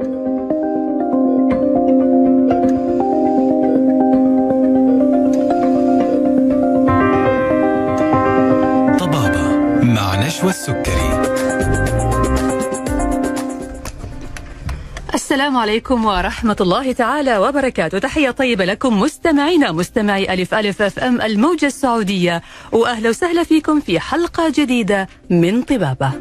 طبابة مع نشوى السكري. السلام عليكم ورحمة الله تعالى وبركاته. تحية طيبة لكم مستمعي ألف ألف اف ام الموجة السعودية، وأهلا وسهلا فيكم في حلقة جديدة من طبابة.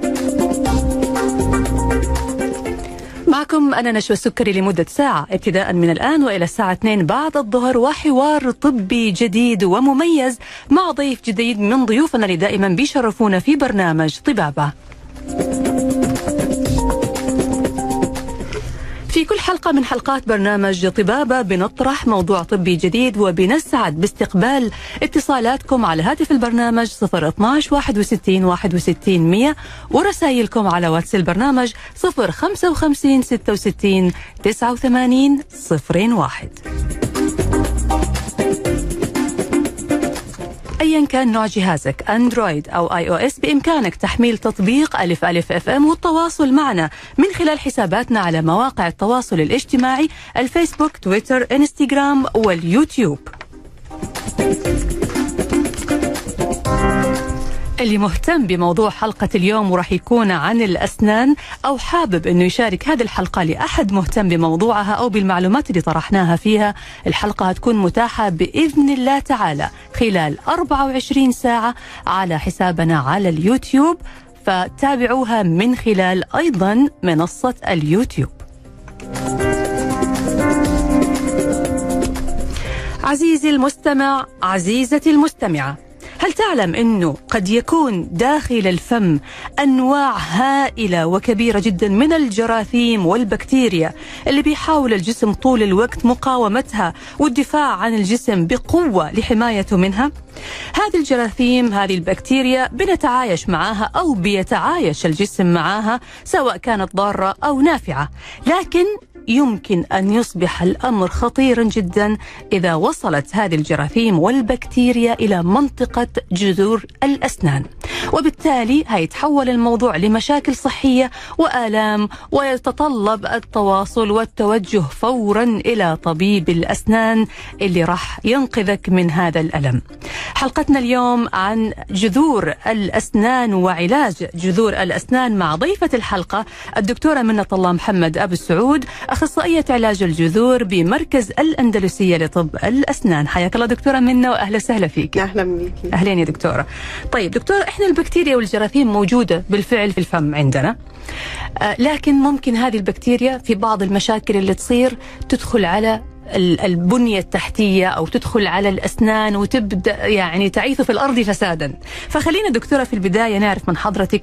معكم أنا نشوى السكري لمدة ساعة ابتداء من الآن وإلى الساعة 2 بعد الظهر، وحوار طبي جديد ومميز مع ضيف جديد من ضيوفنا اللي دائما بيشرفونا في برنامج طبابة. في كل حلقة من حلقات برنامج طبابة بنطرح موضوع طبي جديد، وبنسعد باستقبال اتصالاتكم على هاتف البرنامج 012 61 61 100 ورسائلكم على واتس البرنامج 055 66 89 01. أيا كان نوع جهازك أندرويد أو iOS، بإمكانك تحميل تطبيق ألف ألف اف ام والتواصل معنا من خلال حساباتنا على مواقع التواصل الاجتماعي الفيسبوك، تويتر، انستغرام واليوتيوب. اللي مهتم بموضوع حلقة اليوم وراح يكون عن الأسنان، أو حابب أنه يشارك هذه الحلقة لأحد مهتم بموضوعها أو بالمعلومات اللي طرحناها فيها، الحلقة هتكون متاحة بإذن الله تعالى خلال 24 ساعة على حسابنا على اليوتيوب، فتابعوها من خلال أيضا منصة اليوتيوب. عزيزي المستمع، عزيزتي المستمعة، هل تعلم أنه قد يكون داخل الفم أنواع هائلة وكبيرة جدا من الجراثيم والبكتيريا اللي بيحاول الجسم طول الوقت مقاومتها والدفاع عن الجسم بقوة لحمايته منها؟ هذه الجراثيم، هذه البكتيريا بنتعايش معها أو بيتعايش الجسم معها، سواء كانت ضارة أو نافعة، لكن يمكن أن يصبح الأمر خطيرا جدا إذا وصلت هذه الجراثيم والبكتيريا إلى منطقة جذور الأسنان، وبالتالي هيتحول الموضوع لمشاكل صحية وآلام، ويتطلب التواصل والتوجه فورا إلى طبيب الأسنان اللي راح ينقذك من هذا الألم. حلقتنا اليوم عن جذور الأسنان وعلاج جذور الأسنان مع ضيفة الحلقة الدكتورة منة الله محمد أبو السعود، أخصائية علاج الجذور بمركز الأندلسية لطب الأسنان. حياك الله دكتورة منة وأهلا وسهلا فيك. أهلا بيكي. أهلين يا دكتورة. طيب دكتورة، إحنا البكتيريا والجراثيم موجودة بالفعل في الفم عندنا، لكن ممكن هذه البكتيريا في بعض المشاكل اللي تصير تدخل على البنية التحتية أو تدخل على الأسنان وتبدأ يعني تعيث في الأرض فسادا. فخلينا دكتورة في البداية نعرف من حضرتك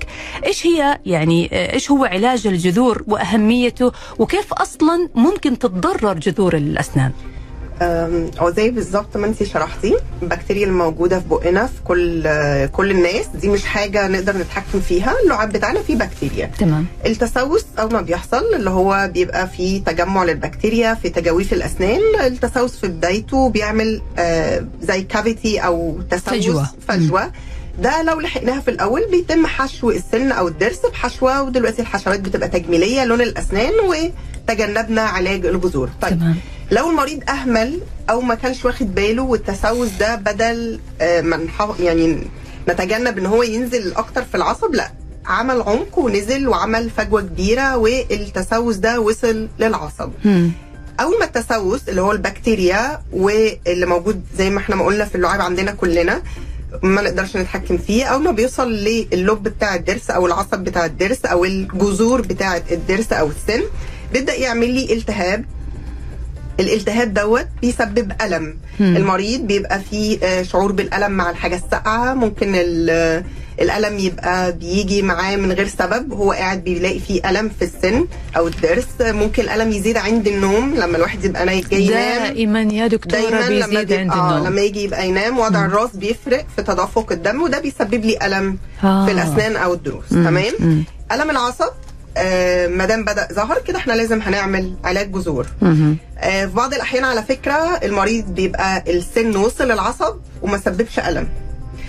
إيش هو علاج الجذور وأهميته، وكيف أصلا ممكن تتضرر جذور الأسنان؟ أو زي بالظبط ما انتي شرحتي، البكتيريا الموجودة في بقنا في كل الناس دي مش حاجة نقدر نتحكم فيها. اللعاب بتاعنا فيه بكتيريا. تمام. التسوس أول ما بيحصل اللي هو بيبقى فيه تجمع للبكتيريا في تجاويف الأسنان. التسوس في بدايته بيعمل زي كافيتي أو تسوس فجوة. ده لو لحقناها في الأول بيتم حشو السن أو الضرس بحشوة، ودلوقتي الحشوات بتبقى تجميلية لون الأسنان وتجنبنا علاج الجذور. طيب تمام. لو المريض أهمل أو ما كانش واخد باله والتسوس ده بدل يعني نتجنب إن هو ينزل أكتر في العصب، لا، عمل عمق ونزل وعمل فجوة كبيرة والتسوس ده وصل للعصب. أول ما التسوس اللي هو البكتيريا واللي موجود زي ما احنا ما قلنا في اللعاب عندنا كلنا ما نقدرش نتحكم فيه، أول ما بيوصل لللب بتاع الضرس أو العصب بتاع الضرس أو الجذور بتاعة الضرس أو السن، بيبدأ يعمل لي التهاب. الالتهاب دوت بيسبب ألم. المريض بيبقى فيه شعور بالألم مع الحاجة الساقعة. ممكن الألم يبقى بيجي معاه من غير سبب، هو قاعد بيلاقي فيه ألم في السن أو الضرس. ممكن الألم يزيد عند النوم لما الواحد يبقى جاي ينام. دائما يا دكتورة بيزيد عند النوم. لما يجي يبقى ينام وضع الراس بيفرق في تدفق الدم، وده بيسبب لي ألم في الأسنان أو الضروس. تمام. ألم العصب ما دام بدأ ظهر كده احنا لازم هنعمل علاج جذور. في بعض الأحيان على فكرة المريض بيبقى السن وصل للعصب وما سببش ألم،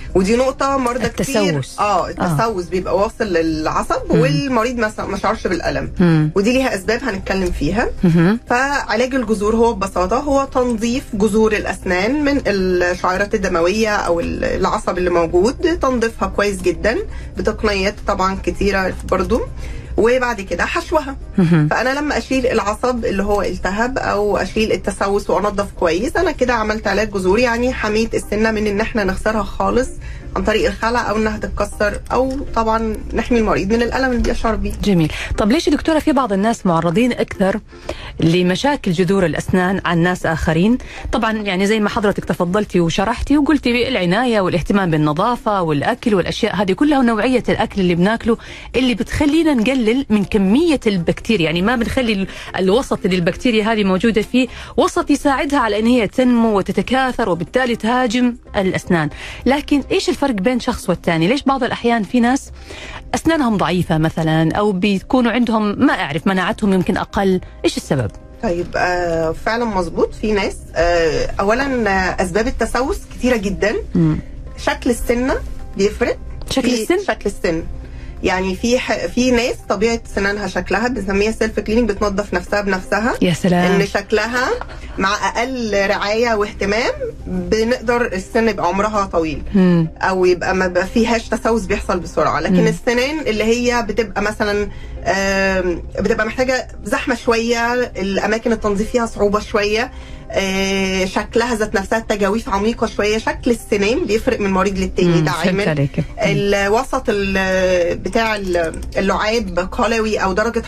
ودي نقطه مرضى كتير التسوس بيبقى واصل للعصب والمريض ما شعرش بالالم. ودي ليها اسباب هنتكلم فيها. فعلاج الجذور هو ببساطه هو تنظيف جذور الاسنان من الشعيرات الدمويه او العصب اللي موجود، تنظيفها كويس جدا بتقنيات طبعا كتيره برضو، وبعد كده حشوها. فانا لما اشيل العصب اللي هو التهب او اشيل التسوس وانضف كويس، انا كده عملت علاج جذوري، يعني حميت السنه من ان احنا نخسرها خالص عن طريق الخلع او انها تتكسر، او طبعا نحمي المريض من الالم اللي بيشعر بيه. جميل. طب ليش يا دكتوره في بعض الناس معرضين اكثر لمشاكل جذور الاسنان عن ناس اخرين؟ طبعا يعني زي ما حضرتك تفضلتي وشرحتي وقلتي العنايه والاهتمام بالنظافه والاكل والاشياء هذه كلها ونوعيه الاكل اللي بناكله اللي بتخلينا نقلل من كميه البكتيريا، يعني ما بنخلي الوسط اللي البكتيريا هذه موجوده فيه وسط يساعدها على ان هي تنمو وتتكاثر وبالتالي تهاجم الاسنان. لكن ايش الفرق بين شخص والثاني؟ ليش بعض الأحيان في ناس أسنانهم ضعيفة مثلا أو بيكونوا عندهم ما أعرف مناعتهم يمكن أقل؟ إيش السبب؟ طيب فعلا مظبوط. في ناس أولا أسباب التسوس كتيرة جدا. شكل السنة بيفرق. شكل السن يعني في ناس طبيعه سنانها شكلها بنسميها سيلف كليننج، بتنظف نفسها بنفسها. يا سلام. ان شكلها مع اقل رعايه واهتمام بنقدر السن يبقى عمرها طويل او يبقى ما بقى فيهاش تسوس بيحصل بسرعه. لكن السنان اللي هي بتبقى مثلا بتبقى محتاجه زحمه شويه، الاماكن التنظيف فيها صعوبه شويه، شكلها ذات نفسها التجاويف عميقه شويه، شكل السنان بيفرق من مريض للتاني. ده عامل الوسط بتاع اللعاب قلوي او درجه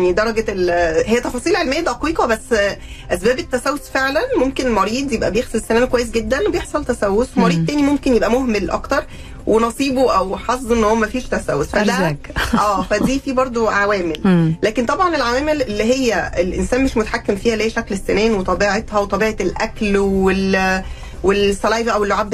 هي تفاصيل علميه دقيقه، بس اسباب التسوس فعلا ممكن المريض يبقى بيغسل سنانه كويس جدا وبيحصل تسوس، مريض تاني ممكن يبقى مهمل اكتر ونصيبه او حظه ان هو ما فيش تسوس. فدي في برضو عوامل. لكن طبعا العوامل اللي هي الانسان مش متحكم فيها اللي هي شكل السنان وطبيعتها وطبيعه الاكل والسلايفا او اللعاب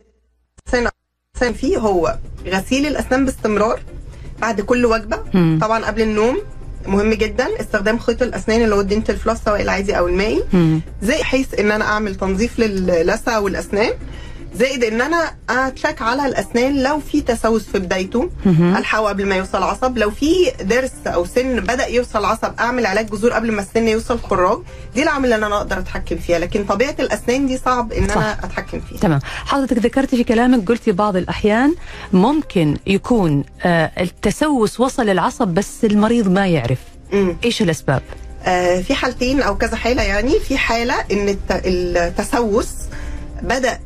فيه هو غسيل الاسنان باستمرار بعد كل وجبه. طبعا قبل النوم مهم جدا استخدام خيط الاسنان اللي هو الدنتال فلوس سواء العادي او المائي، زي حيث ان انا اعمل تنظيف للثه والاسنان، زائد ان انا اتشيك على الاسنان لو في تسوس في بدايته الحقه قبل ما يوصل عصب، لو في ضرس او سن بدا يوصل عصب اعمل علاج جذور قبل ما السن يوصل خراج. دي العوامل اللي انا اقدر اتحكم فيها، لكن طبيعه الاسنان دي صعب ان انا اتحكم فيها. تمام. حضرتك ذكرتي في كلامك قلتي بعض الاحيان ممكن يكون التسوس وصل للعصب بس المريض ما يعرف. ايش الاسباب؟ في حالتين او كذا حاله. يعني في حاله ان التسوس بدأ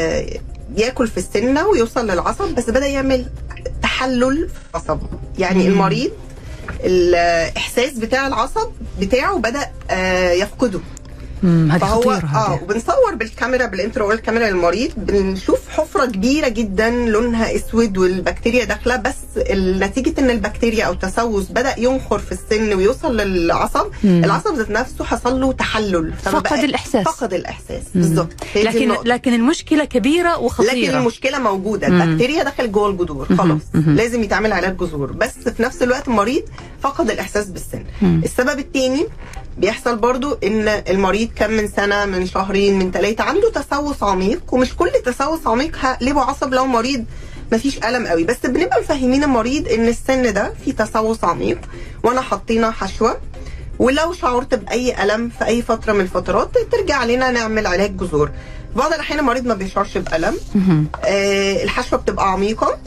ياكل في السنة ويوصل للعصب، بس بدأ يعمل تحلل في العصب. يعني المريض الإحساس بتاع العصب بتاعه بدأ يفقده. هذه خطيرة. وبنصور بالكاميرا بالانتراورال كاميرا للمريض، بنشوف حفرة كبيرة جدا لونها اسود والبكتيريا داخلة، بس نتيجة ان البكتيريا او التسوس بدأ ينخر في السن ويوصل للعصب، العصب ذات نفسه حصل له تحلل، فقد الإحساس بالظبط. لكن المشكلة كبيرة وخطيرة. لكن المشكلة موجودة، البكتيريا دخل جوه الجذور خلاص، لازم يتعمل علاج جذور، بس في نفس الوقت المريض فقد الإحساس بالسن. السبب الثاني بيحصل برضو ان المريض كم من سنة من شهرين من 3 عنده تسوس عميق، ومش كل تسوس عميق هقلبه عصب لو مريض مفيش ألم قوي، بس بنبقى مفهمين المريض ان السن ده فيه تسوس عميق وانا حطينا حشوة، ولو شعرت بأي ألم في أي فترة من الفترات ترجع علينا نعمل علاج جذور. بعض الأحيان المريض ما بيشعرش بألم، الحشوة بتبقى عميقة،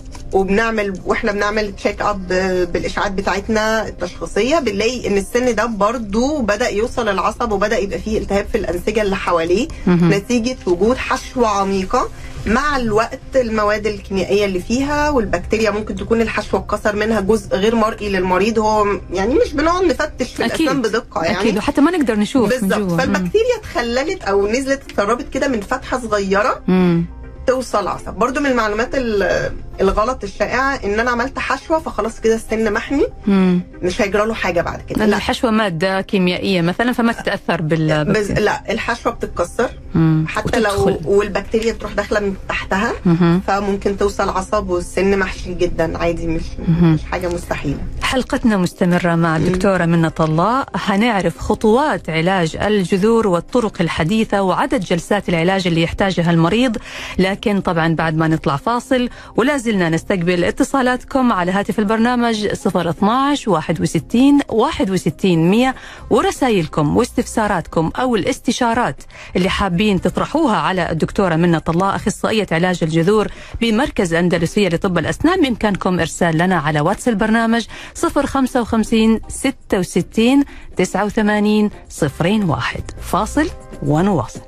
واحنا بنعمل تشيك اب بالاشعاعات بتاعتنا التشخيصيه بنلاقي ان السن ده برضو بدا يوصل للعصب وبدا يبقى فيه التهاب في الانسجه اللي حواليه نتيجه وجود حشوه عميقه. مع الوقت المواد الكيميائيه اللي فيها والبكتيريا ممكن تكون الحشوه اتكسر منها جزء غير مرئي للمريض، هو يعني مش بنقعد نفتش في الاسنان بدقه يعني اكيد، وحتى ما نقدر نشوف بالظبط. فالبكتيريا اتخللت او نزلت اتسربت كده من فتحه صغيره توصل عصب. برضو من المعلومات الغلط الشائع ان انا عملت حشوه فخلاص كده السن محمي، مش هيجرى له حاجه بعد كده. لا، الحشوه ماده كيميائيه مثلا فما تتاثر بالبكتيريا. لا، الحشوه بتتكسر حتى لو، والبكتيريا بتروح داخله من تحتها، فممكن توصل عصب والسن محشي جدا عادي، مش حاجه مستحيله. حلقتنا مستمره مع الدكتوره منة الله، هنعرف خطوات علاج الجذور والطرق الحديثه وعدد جلسات العلاج اللي يحتاجها المريض، لكن طبعا بعد ما نطلع فاصل. ولا زلنا نستقبل اتصالاتكم على هاتف البرنامج 012 61 61 100 ورسائلكم واستفساراتكم أو الاستشارات اللي حابين تطرحوها على الدكتورة منة الله أخصائية علاج الجذور بمركز أندلسية لطب الأسنان. بإمكانكم إرسال لنا على واتس البرنامج 055 66 89 01. فاصل ونواصل.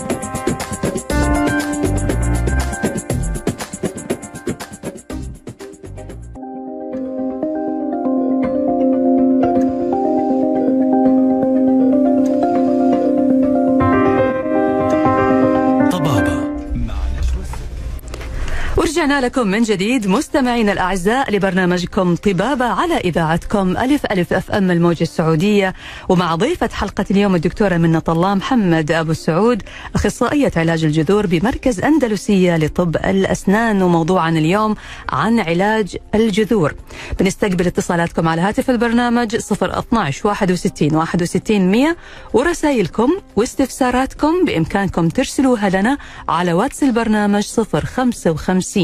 ورجعنا لكم من جديد مستمعينا الأعزاء لبرنامجكم طبابة على إذاعتكم ألف ألف أف أم الموجة السعودية، ومع ضيفة حلقة اليوم الدكتورة منة الله محمد أبو السعود أخصائية علاج الجذور بمركز أندلسية لطب الأسنان، وموضوعنا اليوم عن علاج الجذور. بنستقبل اتصالاتكم على هاتف البرنامج 012 61 61 100 ورسائلكم واستفساراتكم بإمكانكم ترسلوها لنا على واتس البرنامج 055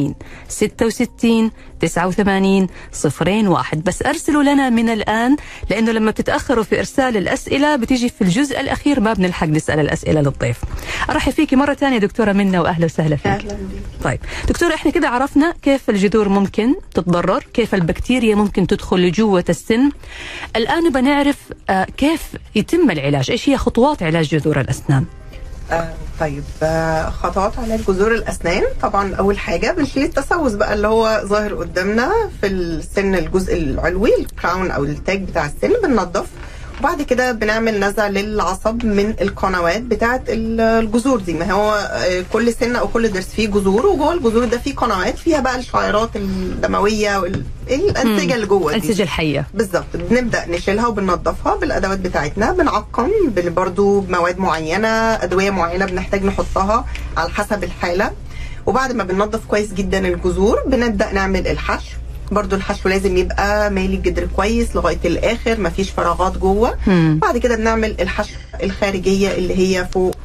66 89 01. بس أرسلوا لنا من الآن، لأنه لما بتتأخروا في إرسال الأسئلة بتيجي في الجزء الأخير ما بنلحق نسأل الأسئلة للضيف. أرحب فيكي مرة ثانية دكتورة منة، وأهلا وسهلا فيك. أهلا بك. طيب دكتورة، إحنا كده عرفنا كيف الجذور ممكن تتضرر، كيف البكتيريا ممكن تدخل لجوة السن. الآن بنعرف كيف يتم العلاج، إيش هي خطوات علاج جذور الأسنان؟ طيب، خطوات علاج جذور الأسنان. طبعا أول حاجة بنشيل التسوس بقى اللي هو ظاهر قدامنا في السن، الجزء العلوي الكراون أو التاج بتاع السن بننظف، وبعد كده بنعمل نزع للعصب من القنوات بتاعة الجذور دي. ما هو كل سن أو كل ضرس فيه جذور، وجوه الجذور ده فيه قنوات فيها بقى الشعيرات الدموية والأنسجة اللي جوه دي، الأنسجة الحية بالظبط. بنبدأ نشيلها وبننظفها بالأدوات بتاعتنا، بنعقم برضو بمواد معينة، أدوية معينة بنحتاج نحطها على حسب الحالة. وبعد ما بننظف كويس جدا الجذور بنبدأ نعمل الحشو. برضو الحشو لازم يبقى مايل الجدر كويس لغاية الآخر، مفيش فراغات جوه. بعد كده بنعمل الحشو الخارجية اللي هي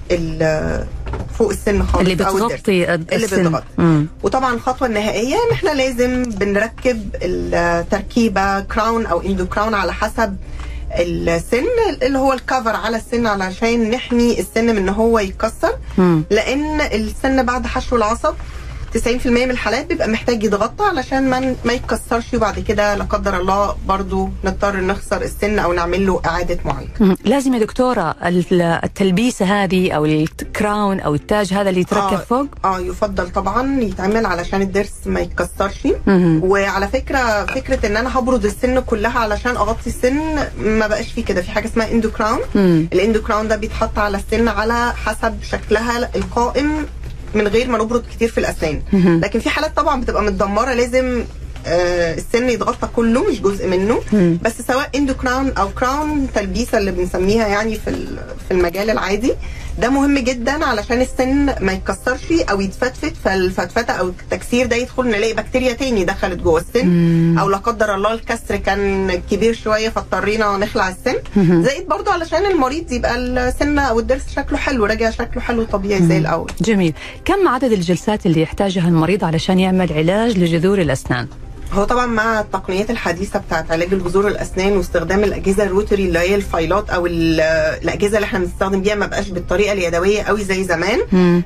فوق السن خالص، اللي بتغطي اللي بتغطي. وطبعا الخطوة النهائية ان احنا لازم بنركب التركيبة كراون او اندو كراون على حسب السن، اللي هو الكفر على السن علشان نحمي السن من ان هو يتكسر. لان السن بعد حشو العصب 90% من الحالات بيبقى محتاج يتغطى علشان ما يتكسرش، وبعد كده لا قدر الله برضو نضطر نخسر السن او نعمل له اعاده معالجه. لازم يا دكتوره التلبيسه هذه او الكراون او التاج هذا اللي يتركب فوق؟ يفضل طبعا يتعمل علشان الضرس ما يتكسرش. وعلى فكره ان انا هبرد السن كلها علشان اغطي السن، ما بقاش فيه كده. في حاجه اسمها اندو كراون. الاندو كراون ده بيتحط على السن على حسب شكلها القائم من غير ما نبرد كتير في الأسنان. لكن في حالات طبعا بتبقى متدمرة لازم السن يتغطى كله مش جزء منه. بس سواء اندو كراون او كراون تلبيسة اللي بنسميها يعني في المجال العادي، ده مهم جدا علشان السن ما يتكسرش او يتفتفت، فالفتفتة او التكسير ده يدخل نلاقي بكتيريا تاني دخلت جوه السن، او لا قدر الله الكسر كان كبير شوية فاضطرينا نخلع السن. زائد برضو علشان المريض يبقى السن او الضرس شكله حلو، راجع شكله حلو طبيعي زي الاول. جميل. كم عدد الجلسات اللي يحتاجها المريض علشان يعمل علاج لجذور الأسنان؟ هو طبعا مع التقنيات الحديثة بتاعت علاج الجذور الأسنان واستخدام الأجهزة الروتري اللي هي الفايلات أو الأجهزة اللي احنا بنستخدم بيها ما بقاش بالطريقة اليدوية قوي زي زمان.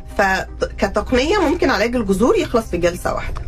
فكتقنية ممكن علاج الجذور يخلص في جلسة واحدة.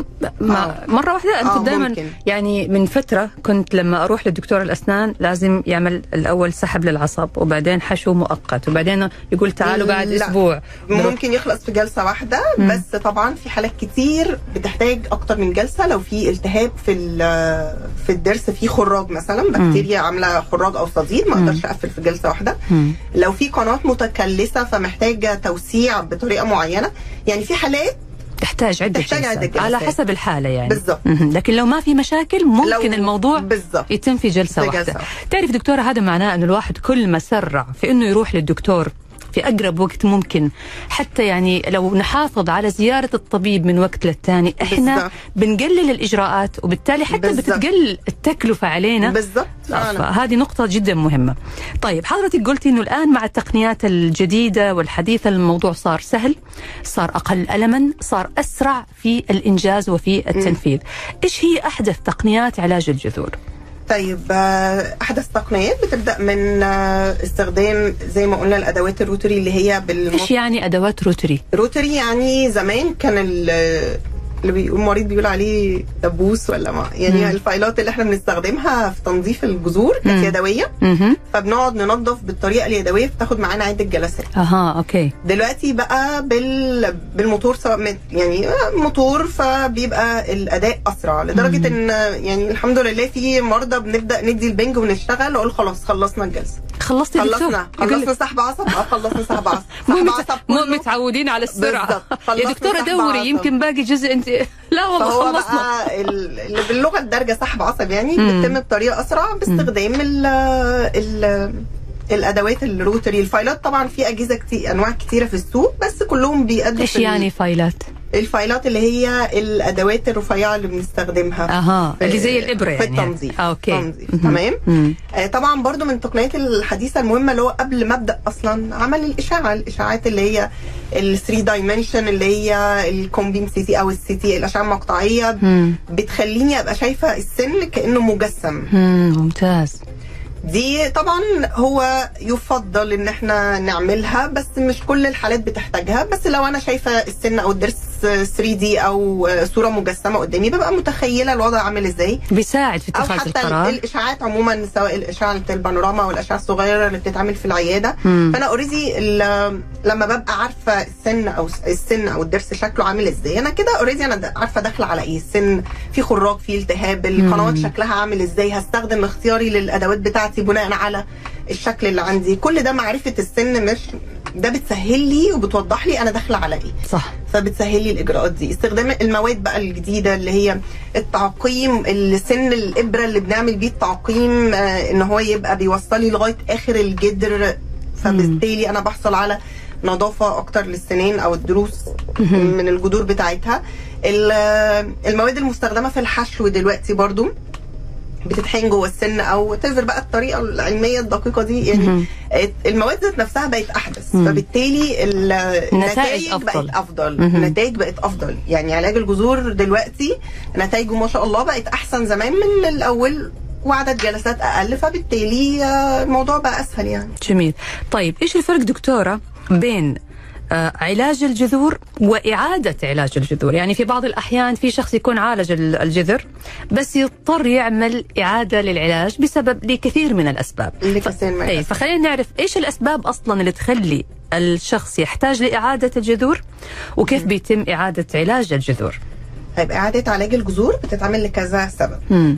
مرة واحدة. أنا كنت دائما يعني من فترة كنت لما أروح للدكتور الأسنان لازم يعمل الأول سحب للعصب وبعدين حشو مؤقت وبعدين يقول تعالوا بعد أسبوع. ممكن يخلص في جلسة واحدة. بس طبعا في حالات كتير بتحتاج أكتر من جلسة. لو في التهاب في الضرس، في خراج مثلا، بكتيريا عاملة خراج أو صديد، ما أقدرش أقفل في جلسة واحدة. لو في قناة متكلسة فمحتاجة توسيع بطريقة معينة. يعني في حالات تحتاج عدة جلسات على حسب الحالة يعني. بالضبط. لكن لو ما في مشاكل ممكن الموضوع بالزبط. يتم في جلسة واحدة. تعرف دكتورة، هذا معناه أن الواحد كل ما سرع في أنه يروح للدكتور في أقرب وقت ممكن، حتى يعني لو نحافظ على زيارة الطبيب من وقت للتاني، إحنا بالزبط. بنقلل الإجراءات، وبالتالي حتى بالزبط. بتتقل التكلفة علينا. بالضبط. هذه نقطة جدا مهمة. طيب حضرتك قلتي إنه الآن مع التقنيات الجديدة والحديثة الموضوع صار سهل، صار أقل ألما، صار أسرع في الإنجاز وفي التنفيذ. إيش هي أحدث تقنيات علاج الجذور؟ طيب أحدث تقنيات بتبدأ من استخدام زي ما قلنا الأدوات الروتري اللي هي إيش يعني أدوات روتري؟ روتري يعني زمان كان اللي بيقول المريض بيقول عليه دبوس ولا ما يعني الفايلات اللي احنا بنستخدمها في تنظيف الجذور كانت يدويه، فبنقعد ننظف بالطريقه اليدويه، بتاخد معانا عده جلسات. اوكي. دلوقتي بقى بالموتور، سواء يعني موتور، فبيبقى الاداء اسرع لدرجه ان يعني الحمد لله في مرضى بنبدا ندي البنج ونشتغل واقول خلاص خلصنا الجلسه. خلصنا سحب عصب. خلصنا سحب عصب. مو متعودين على السرعه يا دكتوره. دوري يمكن باقي جزء انت. لا والله فهو خلصنا. بقى اللي باللغه الدارجه سحب عصب يعني بتتم بطريقه اسرع باستخدام الادوات الروتري. الفايلات طبعا في اجهزه كتير، انواع كتيره في السوق، بس كلهم بيأدوا. ايش يعني فايلات؟ الفايلات اللي هي الادوات الرفيعه اللي بنستخدمها اللي زي الابره يعني في التنظيف. اوكي. تنظيف. تمام. طبعا برضو من التقنيات الحديثه المهمه اللي هو قبل ما ابدا اصلا عمل الاشاعات اللي هي ال 3 دايمنشن اللي هي الكومبيم سي تي او السي تي، الاشعه المقطعيه بتخليني ابقى شايفه السن كانه مجسم. ممتاز. دي طبعا هو يفضل ان احنا نعملها، بس مش كل الحالات بتحتاجها. بس لو انا شايفه السن او الضرس 3 دي او صوره مجسمه قدامي ببقى متخيله الوضع عامل ازاي، بيساعد في اتخاذ القرار. او حتى الاشاعات عموما، سواء الاشعه البانوراما والاشعه الصغيره اللي بتتعمل في العياده. فانا اوريدي لما ببقى عارفه السن او الضرس شكله عامل ازاي، انا كده اوريدي انا عارفه داخله على ايه. السن في خراج، في التهاب، القنوات شكلها عامل ازاي، هستخدم اختياري للادوات بتاعتي بناء على الشكل اللي عندي. كل ده معرفه السن مش ده بتسهل لي وبتوضح لي انا داخله على ايه. صح. فبتسهل لي الاجراءات دي. استخدام المواد بقى الجديده اللي هي التعقيم، السن الابره اللي بنعمل بيه التعقيم، ان هو يبقى بيوصل لي لغايه اخر الجدر، فبالتالي انا بحصل على نظافه اكتر للسنين او الضروس من الجذور بتاعتها. المواد المستخدمه في الحشو دلوقتي برضو بتتحين جوه السن او تظهر بقى الطريقه العلميه الدقيقه دي يعني. المواد ذات نفسها بقت احدث، فبالتالي النتائج بقت افضل. النتائج بقت افضل يعني. علاج الجذور دلوقتي نتائجه ما شاء الله بقت احسن زمان من الاول، وعدد جلسات اقل، فبالتالي الموضوع بقى اسهل يعني. جميل. طيب ايش الفرق دكتوره بين علاج الجذور وإعادة علاج الجذور؟ يعني في بعض الأحيان في شخص يكون عالج الجذر بس يضطر يعمل إعادة للعلاج بسبب لكثير من الأسباب. فخلينا نعرف إيش الأسباب أصلا اللي تخلي الشخص يحتاج لإعادة الجذور، وكيف بيتم إعادة علاج الجذور. طيب إعادة علاج الجذور بتتعمل لكذا سبب.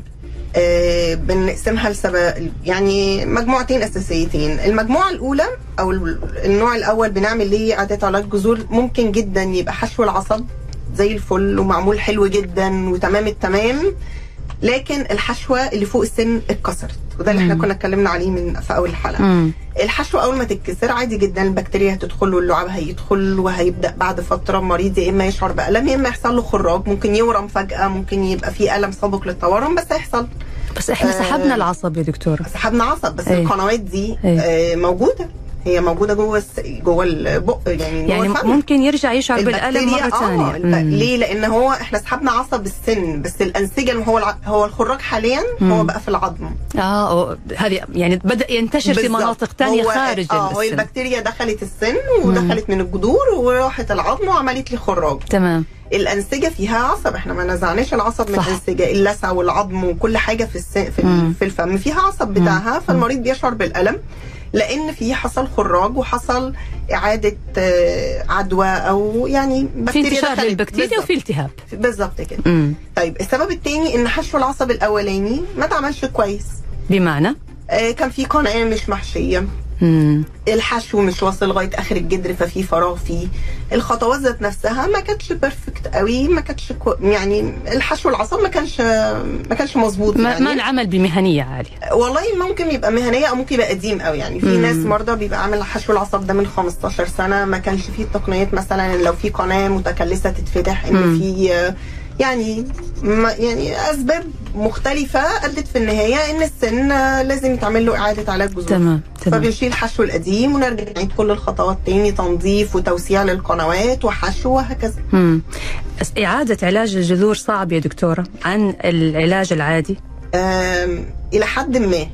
بنقسمها لسبب يعني مجموعتين اساسيتين. المجموعه الاولى او النوع الاول بنعمل ليه اعاده علاج جذور، ممكن جدا يبقى حشو العصب زي الفل ومعمول حلو جدا وتمام التمام، لكن الحشوه اللي فوق السن اتكسرت، وده اللي احنا كنا اتكلمنا عليه في اول الحلقه. الحشوه اول ما تتكسر عادي جدا البكتيريا هتدخل واللعاب هيدخل، وهيبدا بعد فتره المريض يا اما يشعر بالم يا اما يحصل له خراج، ممكن يورم فجاه، ممكن يبقى في الم سابق للتورم، بس هيحصل. بس احنا سحبنا العصب يا دكتوره. سحبنا عصب، بس القنوات دي موجوده، هي موجوده جوه البق يعني ممكن يرجع يشعر بالالم مره ثانيه. ليه؟ لان هو احنا سحبنا عصب السن، بس الانسجه اللي هو الخراج حاليا هو بقى في العظم. هذه يعني بدا ينتشر في مناطق ثانيه خارج السن. هو البكتيريا دخلت السن ودخلت من الجذور وراحت العظم وعملت لي خراج. تمام. الانسجه فيها عصب، احنا ما نزعناش العصب من الانسجه، اللثه والعظم وكل حاجه في الفم فيها عصب بتاعها، فالمريض بيشعر بالالم لان في حصل خراج وحصل اعاده عدوى او يعني بكتيريا، في انتشار للبكتيريا وفي التهاب. بالظبط كده. طيب السبب الثاني ان حشو العصب الاولاني ما اتعملش كويس. بمعنى كان في قناه مش محشيه، الحشو مش واصل لغايه اخر الجدر ففي فراغ فيه. الخطوات ذات نفسها ما كانتش بيرفكت قوي، ما كانتش يعني الحشو العصب ما كانش مظبوط يعني. ما العمل بمهنيه عاليه. والله ممكن يبقى مهنيه او ممكن يبقى قديم قوي يعني. في ناس مرضى بيبقى عامل حشو العصب ده من 15 سنه، ما كانش فيه التقنيات مثلا لو في قناه متكلسه تتفتح، ان في يعني اسباب مختلفه ادت في النهايه ان السن لازم يتعمل له اعاده علاج جذور. تمام. فبنشيل الحشو القديم ونرجع نعيد كل الخطوات تاني، تنظيف وتوسيع للقنوات وحشو وهكذا. اعاده علاج الجذور صعب يا دكتوره عن العلاج العادي؟ الى حد ما.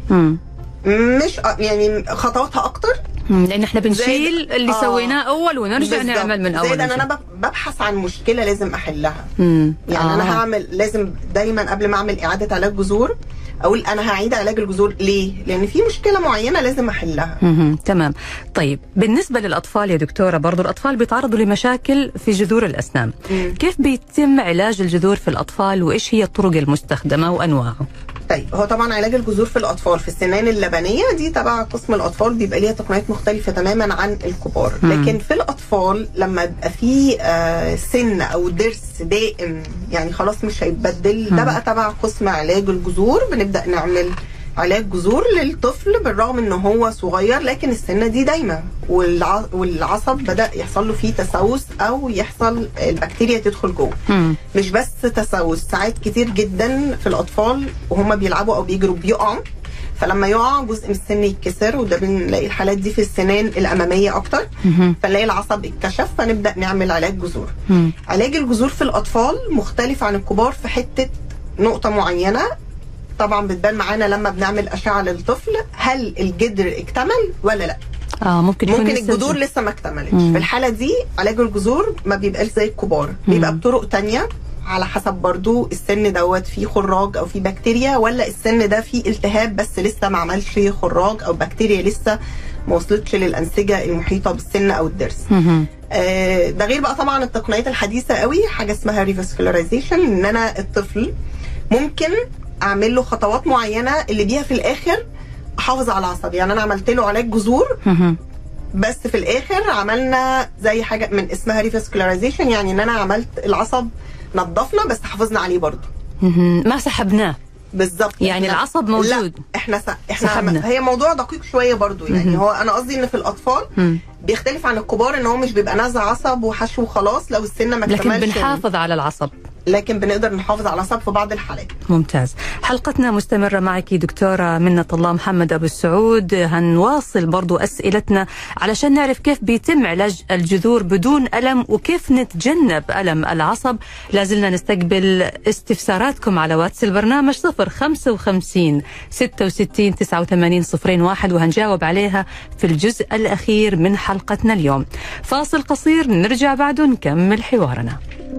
مش يعني خطواتها اكتر، لان احنا بنشيل اللي سويناه اول ونرجع نعمل من اول. زائد انا ببحث عن مشكله لازم احلها. يعني انا هعمل، لازم دايما قبل ما اعمل اعاده علاج جذور اقول انا هعيد علاج الجذور ليه؟ لان في مشكله معينه لازم احلها. تمام. طيب بالنسبه للاطفال يا دكتوره، برضو الاطفال بيتعرضوا لمشاكل في جذور الاسنان. كيف بيتم علاج الجذور في الاطفال وايش هي الطرق المستخدمه وانواعه؟ طيب هو طبعا علاج الجذور في الاطفال في السنان اللبنيه دي تبع قسم الاطفال، بيبقى ليها تقنيات مختلفه تماما عن الكبار. لكن في الاطفال لما يبقى في سن او ضرس دائم يعني خلاص مش هيتبدل، ده بقى تبع قسم علاج الجذور. بنبدا نعمل علاج جذور للطفل بالرغم ان هو صغير، لكن السنه دي دايما والعصب بدا يحصل له فيه تسوس او يحصل البكتيريا تدخل جوه. مش بس تسوس، ساعات كتير جدا في الاطفال وهم بيلعبوا او بيجروا بيقعوا، فلما يقع جزء من السن يتكسر، وده بنلاقي الحالات دي في السنان الاماميه اكتر. فنلاقي العصب اتكشف، فنبدا نعمل علاج جذور. علاج الجذور في الاطفال مختلف عن الكبار في حته نقطه معينه طبعا بتبان معانا لما بنعمل اشعه للطفل، هل الجدر اكتمل ولا لا. ممكن الجذور لسه ما اكتملتش. في الحاله دي علاج الجذور ما بيبقاش زي الكبار، بيبقى بطرق تانية على حسب برضو السن دوت فيه خراج او فيه بكتيريا، ولا السن ده فيه التهاب بس لسه ما عملش خراج او بكتيريا لسه ما وصلتش للانسجه المحيطه بالسن او الضرس. ده غير بقى طبعا التقنيات الحديثه قوي، حاجه اسمها ريفاسكولاريزيشن، ان انا الطفل ممكن اعمل له خطوات معينه اللي بيها في الاخر احافظ على العصب. يعني انا عملت له علاج جذور بس في الاخر عملنا زي حاجه من اسمها ريفاسكولاريزيشن، يعني ان انا عملت العصب نظفنا بس حافظنا عليه برضه، ما سحبناه بالظبط. يعني العصب موجود، لا احنا سحبنا. هي موضوع دقيق شويه برضو يعني. هو انا قصدي ان في الاطفال بيختلف عن الكبار، ان هو مش بيبقى نزع عصب وحشو خلاص لو السن ما اكتملش، لكن بنحافظ على العصب، لكن بنقدر نحافظ على العصب في بعض الحالات. ممتاز. حلقتنا مستمرة معك دكتورة منة الله محمد أبو السعود. هنواصل برضو أسئلتنا علشان نعرف كيف بيتم علاج الجذور بدون ألم وكيف نتجنب ألم العصب. لازلنا نستقبل استفساراتكم على واتس البرنامج 055 66 89 01 وهنجاوب عليها في الجزء الأخير من حلقتنا اليوم. فاصل قصير، نرجع بعده نكمل حوارنا.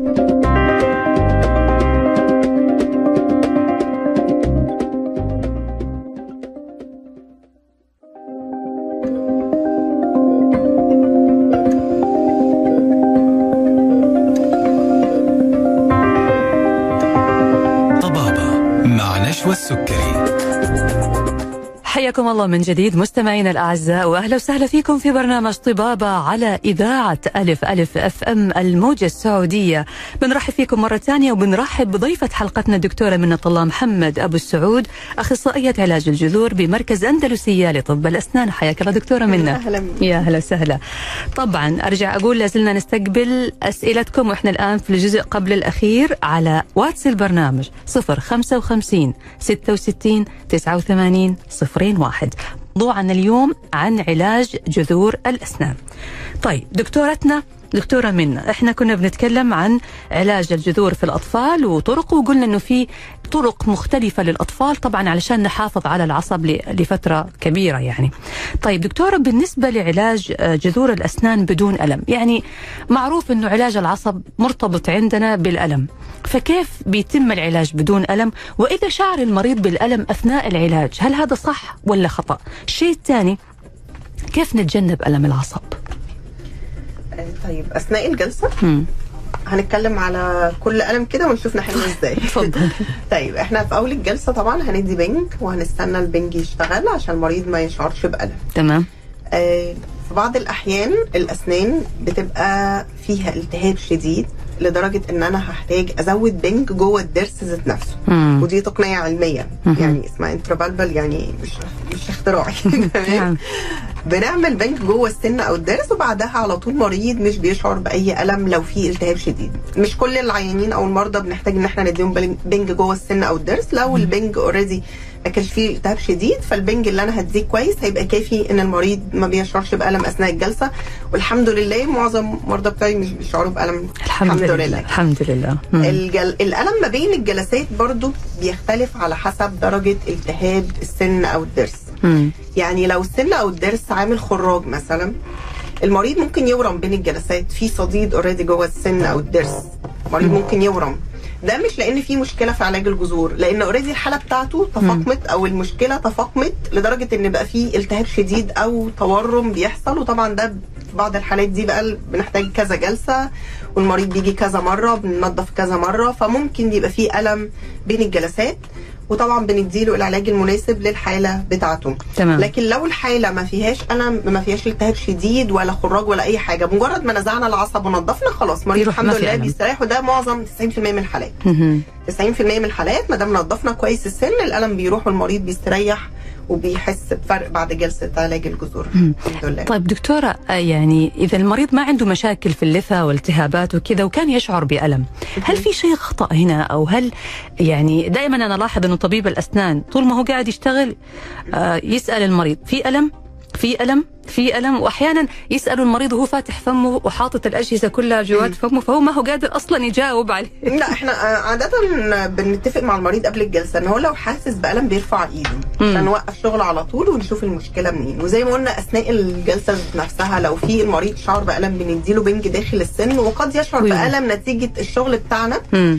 نشوى السكري. حياكم الله من جديد مستمعينا الأعزاء، وأهلا وسهلا فيكم في برنامج طبابة على إذاعة ألف ألف أف أم الموجة السعودية. بنرحب فيكم مرة ثانية وبنرحب بضيفة حلقتنا الدكتورة منة الله محمد أبو السعود، أخصائية علاج الجذور بمركز أندلسية لطب الأسنان. حياك الله دكتورة منة. يا أهلا وسهلا. طبعا أرجع أقول لازلنا نستقبل أسئلتكم، وإحنا الآن في الجزء قبل الأخير على واتس البرنامج 055 66 89 01. موضوعنا اليوم عن علاج جذور الأسنان. طيب دكتورة منة، احنا كنا بنتكلم عن علاج الجذور في الأطفال وطرق، وقلنا انه في طرق مختلفة للأطفال طبعا علشان نحافظ على العصب لفترة كبيرة يعني. طيب دكتورة، بالنسبة لعلاج جذور الأسنان بدون ألم، يعني معروف انه علاج العصب مرتبط عندنا بالألم، فكيف بيتم العلاج بدون ألم؟ وإذا شعر المريض بالألم أثناء العلاج هل هذا صح ولا خطأ؟ الشيء الثاني، كيف نتجنب ألم العصب؟ طيب أثناء الجلسة هنتكلم على كل ألم كده ونشوف نحله ازاي. اتفضل. طيب احنا في أول الجلسة طبعا هندي بنج وهنستنى البنج يشتغل عشان المريض ما يشعرش بألم. تمام. في بعض الأحيان الأسنان بتبقى فيها التهاب شديد لدرجة ان انا هحتاج ازود بنج جوه الضرس ذات نفسه. ودي تقنية علمية يعني اسمها انترابالبل، يعني مش اختراعي. بنعمل بنج جوه السن او الضرس، وبعدها على طول مريض مش بيشعر باي الم لو في التهاب شديد. مش كل العيانين او المرضى بنحتاج ان احنا نديهم بنج جوه السن او الضرس. لو البنج اوريدي ما كانش فيه التهاب شديد، فالبنج اللي انا هديه كويس هيبقى كافي ان المريض ما بيشعرش بالم اثناء الجلسه. والحمد لله معظم المرضى بتاعي مش بيشعروا بالم. الحمد لله. الحمد لله. الالم ما بين الجلسات برضو بيختلف على حسب درجه التهاب السن او الضرس. يعني لو السن او الضرس عامل خراج مثلا، المريض ممكن يورم بين الجلسات، في صديد اوريدي جوه السن او الضرس، المريض ممكن يورم. ده مش لان في مشكله في علاج الجذور، لان اوريدي الحاله بتاعته تفاقمت او المشكله تفاقمت لدرجه ان بقى في التهاب شديد او تورم بيحصل. وطبعا ده في بعض الحالات دي بقى بنحتاج كذا جلسه، والمريض بيجي كذا مره، بننظف كذا مره، فممكن يبقى في الم بين الجلسات. وطبعا بنديله العلاج المناسب للحاله بتاعته. تمام. لكن لو الحاله ما فيهاش الم، ما فيهاش التهاب شديد ولا خراج ولا اي حاجه، مجرد ما نزعنا العصب ونظفنا خلاص مريض الحمد لله بيستريح. وده معظم 90% من الحالات. 90% من الحالات ما دام نظفنا كويس السن الالم بيروح والمريض بيستريح وبيحس بفرق بعد جلسه علاج الجذور. الحمد لله. طيب دكتوره، يعني اذا المريض ما عنده مشاكل في اللثه والتهابات وكذا وكان يشعر بألم، هل في شيء خطأ هنا؟ او هل يعني دائما انا الاحظ انه طبيب الاسنان طول ما هو قاعد يشتغل يسأل المريض في ألم في ألم في ألم، وأحيانا يسألوا المريض وهو فاتح فمه وحاطط الأجهزة كلها جوات فمه، فهو ما هو قادر أصلا يجاوب عليه. لا احنا عادة بنتفق مع المريض قبل الجلسة ان هو لو حاسس بألم بيرفع ايده عشان نوقف شغل على طول ونشوف المشكلة منين. وزي ما قلنا أثناء الجلسة نفسها لو في المريض شعر بألم بنديله بنج داخل السن، وقد يشعر بألم نتيجة الشغل بتاعنا.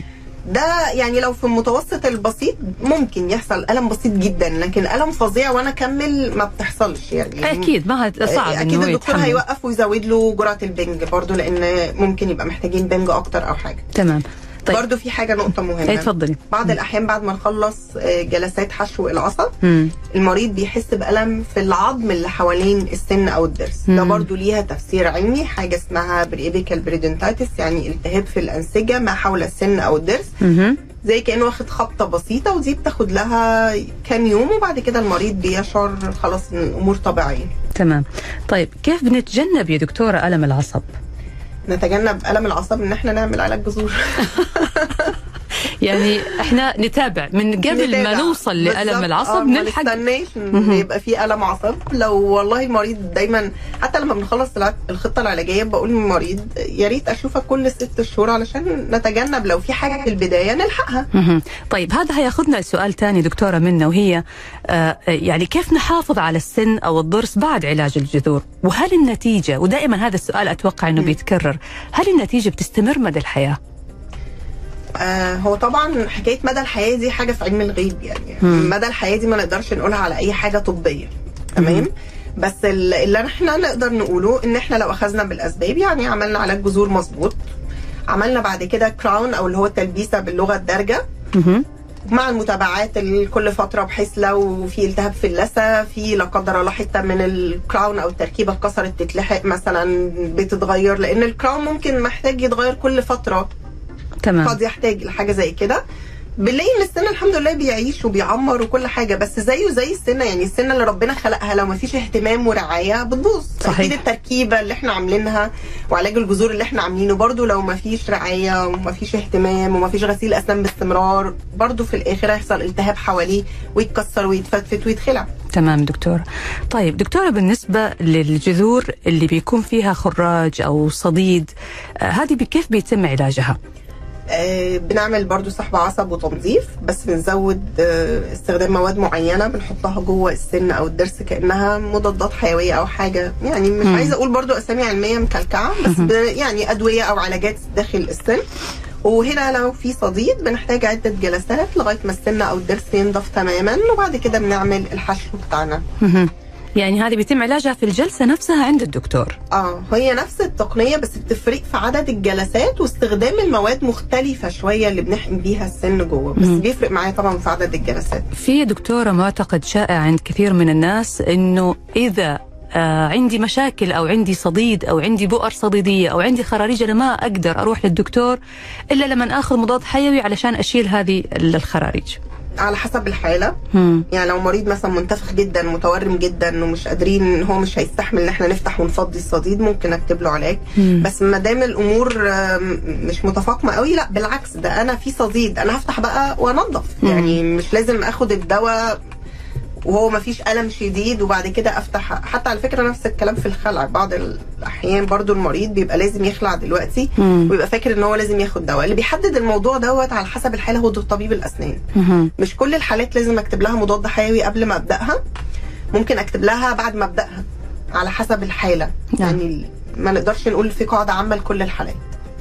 ده يعني لو في المتوسط البسيط ممكن يحصل ألم بسيط جدا، لكن ألم فظيع وانا اكمل ما بتحصلش يعني. اكيد ما صعب اكيد الدكتور هيوقف ويزود له جرعة البنج برضو، لان ممكن يبقى محتاجين بنج اكتر او حاجة. تمام. طيب. برضو في حاجة نقطة مهمة. اتفضلي. بعض الأحيان بعد ما نخلص جلسات حشو العصب المريض بيحس بألم في العظم اللي حوالين السن أو الضرس. ده برضو ليها تفسير علمي، حاجة اسمها بريبيكال بريدنتايتس، يعني التهاب في الأنسجة ما حول السن أو الضرس. زي كأنه واخد خبطة بسيطة، ودي بتاخد لها كام يوم وبعد كده المريض بيشعر خلاص إن الأمور طبيعية. تمام. طيب كيف بنتجنب يا دكتورة ألم العصب؟ نتجنب ألم العصب إن احنا نعمل علاج جذور. يعني احنا نتابع من قبل ما نوصل لألم العصب، نلحق. ما نستناش يبقى في ألم عصب. لو والله المريض دايما حتى لما بنخلص الخطة العلاجية بقول للمريض يا ريت أشوفك كل 6 شهور علشان نتجنب لو في حاجة في البداية نلحقها. طيب هذا هياخذنا لسؤال ثاني دكتورة منا، وهي يعني كيف نحافظ على السن أو الضرس بعد علاج الجذور؟ وهل النتيجة، ودائما هذا السؤال أتوقع أنه بيتكرر، هل النتيجة بتستمر مدى الحياة؟ هو طبعا حكايه مدى الحياه دي حاجه في علم الغيب، يعني مدى الحياه دي ما نقدرش نقولها على اي حاجه طبيه. تمام. بس اللي احنا نقدر نقوله ان احنا لو اخذنا بالاسباب، يعني عملنا علاج جذور مظبوط، عملنا بعد كده كراون او اللي هو التلبيسه باللغه الدارجه مع المتابعات كل فتره، بحيث لو في التهاب في اللثه، في لا قدر الله حته من الكراون او التركيبه اتكسرت تتلحق مثلا بتتغير، لان الكراون ممكن محتاج يتغير كل فتره. تمام. قد يحتاج لحاجه زي كده. بنلاقي ان السنه الحمد لله بيعيش وبيعمر وكل حاجه، بس زيه زي السنه، يعني السنه اللي ربنا خلقها لو ما فيش اهتمام ورعايه بتبوظ. اكيد التركيبه اللي احنا عاملينها وعلاج الجذور اللي احنا عاملينه برضو لو ما فيش رعايه وما فيش اهتمام وما فيش غسيل اسنان باستمرار، برضو في الاخر هيحصل التهاب حواليه ويتكسر ويتفتفت ويتخلع. تمام دكتورة. طيب دكتورة، بالنسبة للجذور اللي بيكون فيها خراج أو صديد، هذه كيف بيتم علاجها؟ بنعمل برضو سحب عصب وتنظيف، بس بنزود استخدام مواد معينة بنحطها جوه السن أو الضرس كأنها مضادات حيوية أو حاجة، يعني مش عايزة أقول برضو أسامي علمية مكلكعة، بس يعني أدوية أو علاجات داخل السن. وهنا لو في صديد بنحتاج عدة جلسات لغاية ما السن أو الضرس ينضف تماما، وبعد كده بنعمل الحشو بتاعنا. يعني هذه بيتم علاجها في الجلسة نفسها عند الدكتور؟ هي نفس التقنية، بس بتفرق في عدد الجلسات واستخدام المواد مختلفة شوية اللي بنحقن بيها السن جوه، بس بيفرق معايا طبعا في عدد الجلسات. في دكتورة معتقد شائع عند كثير من الناس انه اذا عندي مشاكل أو عندي صديد أو عندي بؤر صديدية أو عندي خراريج، أنا ما أقدر أروح للدكتور إلا لما أخذ مضاد حيوي علشان أشيل هذه الخراريج؟ على حسب الحالة. يعني لو مريض مثلا منتفخ جدا متورم جدا ومش قادرين، هو مش هيستحمل ان احنا نفتح ونفضي الصديد، ممكن اكتب له علاج. بس ما دام الامور مش متفاقمة قوي، لا بالعكس، ده انا في صديد انا هفتح بقى وانضف. يعني مش لازم اخد الدواء وهو ما فيش ألم شديد وبعد كده افتح. حتى على فكرة نفس الكلام في الخلع، بعض الاحيان برضو المريض بيبقى لازم يخلع دلوقتي ويبقى فاكر ان هو لازم ياخد دواء. اللي بيحدد الموضوع دوت على حسب الحالة هو طبيب الاسنان. مش كل الحالات لازم اكتب لها مضاد حيوي قبل ما ابداها، ممكن اكتب لها بعد ما ابداها على حسب الحالة. يعني ما نقدرش نقول في قاعدة عامة لكل الحالات.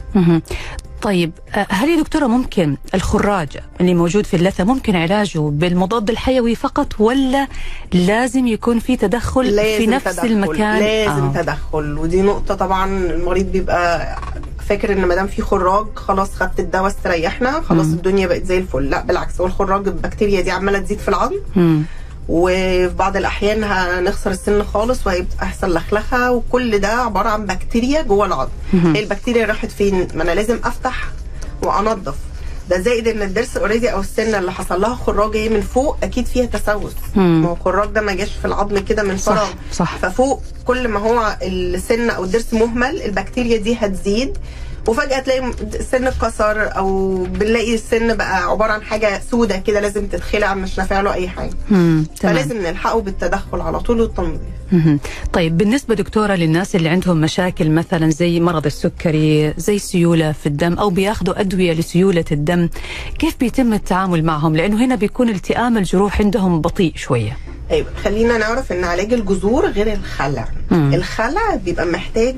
طيب هل يا دكتورة ممكن الخراج اللي موجود في اللثة ممكن علاجه بالمضاد الحيوي فقط، ولا لازم يكون في تدخل في نفس المكان؟ لازم تدخل، ودي نقطة طبعا المريض بيبقى فاكر ان ما دام في خراج خلاص خدت الدواء استريحنا خلاص الدنيا بقت زي الفل. لا بالعكس، هو الخراج البكتيريا دي عمالة تزيد في العظم وفي بعض الاحيان هنخسر السن خالص وهيحصل لخلخه، وكل ده عباره عن بكتيريا جوه العظم. هي البكتيريا راحت فين؟ ما انا لازم افتح وانضف. ده زائد ان الضرس اوريدي او السنه اللي حصل لها خراج هي من فوق اكيد فيها تسوس. ما هو الخراج ده ما جاش في العظم كده من فراغ. صح. ففوق كل ما هو السن او الضرس مهمل البكتيريا دي هتزيد، وفجأة تلاقي السن اتكسر او بنلاقي السن بقى عبارة عن حاجة سودة كده لازم تتخلع، مش نافع له اي حاجة. فلازم نلحقه بالتدخل على طول والتنظيف. طيب بالنسبة دكتورة للناس اللي عندهم مشاكل مثلا زي مرض السكري، زي سيولة في الدم، او بياخدوا ادوية لسيولة الدم، كيف بيتم التعامل معهم؟ لانه هنا بيكون التئام الجروح عندهم بطيء شوية. ايوه، خلينا نعرف ان علاج الجذور غير الخلع. الخلع بيبقى محتاج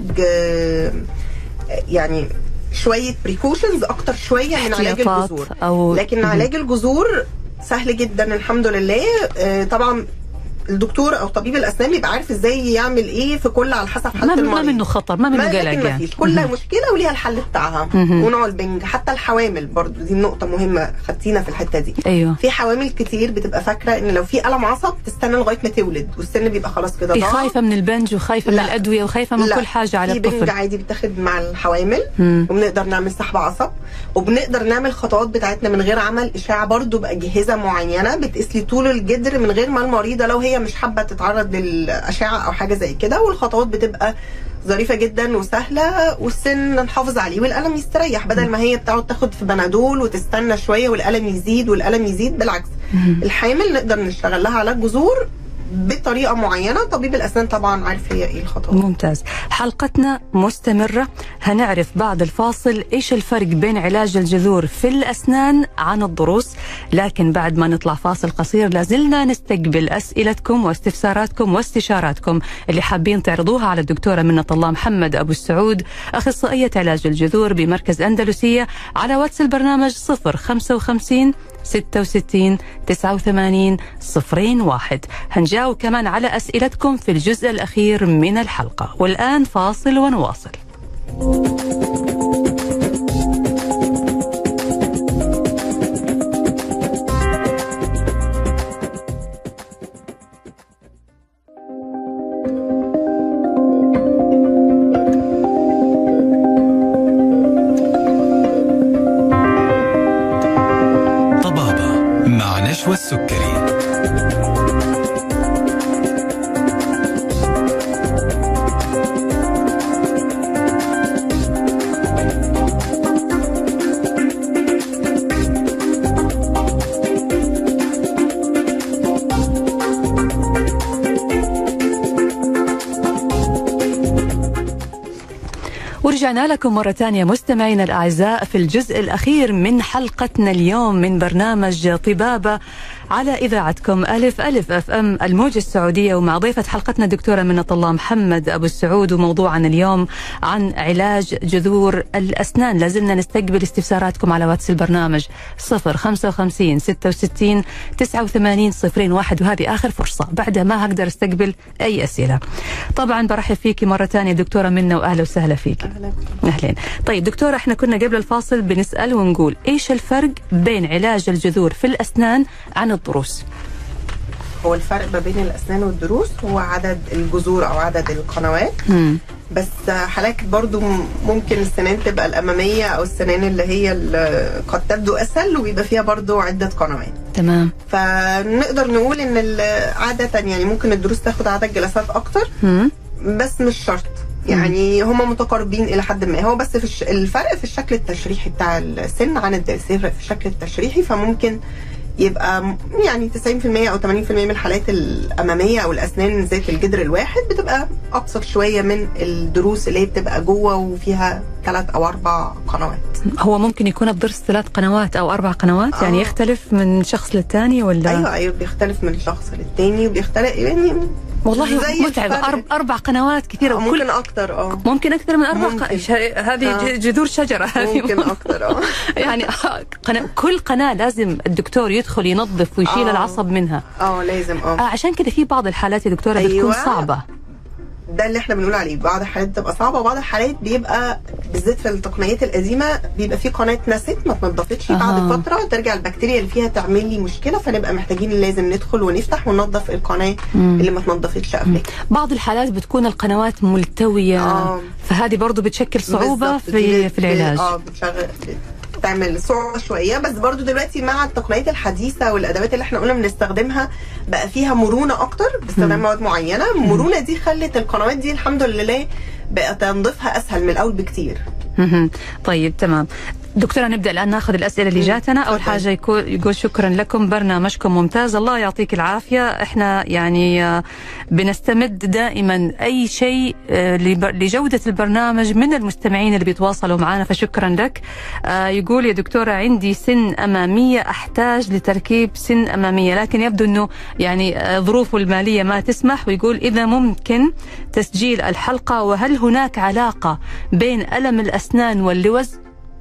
يعني شويه بريكوشنز اكتر شويه من علاج الجذور، لكن علاج الجذور سهل جدا الحمد لله. طبعا الدكتور او طبيب الاسنان بيبقى عارف ازاي يعمل ايه في كل على حسب حاله المريض. ما منه خطر، ما منه قلق يعني. ما فيش، كل مشكله وليها الحل بتاعها. ونوع البنج، حتى الحوامل برضو دي نقطه مهمه خدتينا في الحته دي. ايوه، في حوامل كتير بتبقى فاكره ان لو في الم عصب تستنى لغايه ما تولد والسن بيبقى خلاص كده ضاع. خايفه من البنج وخايفه من الادويه وخايفه من كل حاجه على الطفل. في بنج عادي بيتاخد مع الحوامل وبنقدر نعمل سحب عصب، وبنقدر نعمل خطوات بتاعتنا من غير عمل اشعه برضو باجهزه معينه بتقيس لي طول الجدر من غير ما المريضه لو هي مش حابه تتعرض للأشعة أو حاجة زي كده. والخطوات بتبقى ظريفة جدا وسهلة، والسن نحافظ عليه والألم يستريح، بدل ما هي بتقعد تاخد في بنادول وتستنى شوية والألم يزيد والألم يزيد. بالعكس، الحامل نقدر نشتغل لها علاج جذور بطريقة معينة. طبيب الأسنان طبعا عارف هي ايه الخطوات. ممتاز. حلقتنا مستمرة، هنعرف بعد الفاصل ايش الفرق بين علاج الجذور في الأسنان عن الضروس، لكن بعد ما نطلع فاصل قصير لازلنا نستقبل أسئلتكم واستفساراتكم واستشاراتكم اللي حابين تعرضوها على الدكتورة منة الله محمد أبو السعود، أخصائية علاج الجذور بمركز أندلسية، على واتس البرنامج 055 66 89 01. هنجاوب كمان على أسئلتكم في الجزء الأخير من الحلقة. والآن فاصل ونواصل. والسكري. ورجعنا لكم مرة تانية مستمعينا الأعزاء في الجزء الأخير من حلقتنا اليوم من برنامج طبابة على إذاعتكم ألف ألف أف أم الموجة السعودية، ومع ضيفة حلقتنا دكتورة منة الله محمد أبو السعود، وموضوعنا اليوم عن علاج جذور الأسنان. لازلنا نستقبل استفساراتكم على واتس البرنامج 055 66 89 01، وهذه آخر فرصة، بعدها ما هقدر استقبل أي أسئلة. طبعا برحب فيكي مرة تانية دكتورة منة، وأهلا وسهلا فيكي. أهلين. طيب دكتورة، احنا كنا قبل الفاصل بنسأل ونقول ايش الفرق بين علاج الجذور في الأسنان عن الضروس؟ هو الفرق ما بين الاسنان والضروس هو عدد الجذور او عدد القنوات. بس حالات برضو ممكن السنان تبقى الاماميه او السنان اللي هي قد تبدو اسهل وبيبقى فيها برضو عده قنوات. تمام. فنقدر نقول ان عاده يعني ممكن الضروس تاخد عدد جلسات اكتر، بس مش شرط. يعني هما متقاربين الى حد ما، هو بس في الفرق في الشكل التشريحي بتاع السن عن الضرس، يفرق في الشكل التشريحي. فممكن يبقى يعني 90% او 80% من الحالات الاماميه او الاسنان ذات الجذر الواحد بتبقى ابسط شويه من الضروس اللي هي بتبقى جوه وفيها 3 أو 4 قنوات. هو ممكن يكون الضرس 3 قنوات او 4 قنوات؟ يعني يختلف من شخص للتاني ولا؟ ايوه بيختلف من شخص للتاني وبيختلف يعني. والله متعب. 4 قنوات كثيرة. ممكن أكتر. ممكن أكثر من 4 هذه جذور شجرة هذه. ممكن أكتر. يعني كل قناة لازم الدكتور يدخل ينظف ويشيل العصب منها. لازم. عشان كده في بعض الحالات يا دكتورة بتكون صعبة. ده اللي احنا بنقول عليه، بعض الحالات بتبقى صعبه وبعض الحالات بيبقى بالذات في التقنيات القديمه بيبقى في قناه نست ما اتنضفتش بعد فتره ترجع البكتيريا اللي فيها تعمل لي مشكله، فنبقى محتاجين لازم ندخل ونفتح وننظف القناه اللي ما اتنضفتش قبل. بعض الحالات بتكون القنوات ملتويه فهذه برضو بتشكل صعوبه في العلاج. تعمل صعوبة شوية، بس برضو دلوقتي مع التقنيات الحديثة والأدوات اللي احنا قلنا بنستخدمها بقى فيها مرونة أكتر باستخدام مواد معينة. المرونة دي خلت القنوات دي الحمد لله بقى تنظيفها أسهل من الأول بكتير. طيب تمام دكتورة، نبدأ الآن ناخذ الأسئلة اللي جاتنا. أول حاجة يقول شكرا لكم، برنامجكم ممتاز، الله يعطيك العافية. احنا يعني بنستمد دائما أي شيء لجودة البرنامج من المستمعين اللي بيتواصلوا معنا، فشكرا لك. يقول يا دكتورة عندي سن أمامية، أحتاج لتركيب سن أمامية، لكن يبدو أنه يعني ظروفه المالية ما تسمح، ويقول إذا ممكن تسجيل الحلقة، وهل هناك علاقة بين ألم الأسنان واللوز؟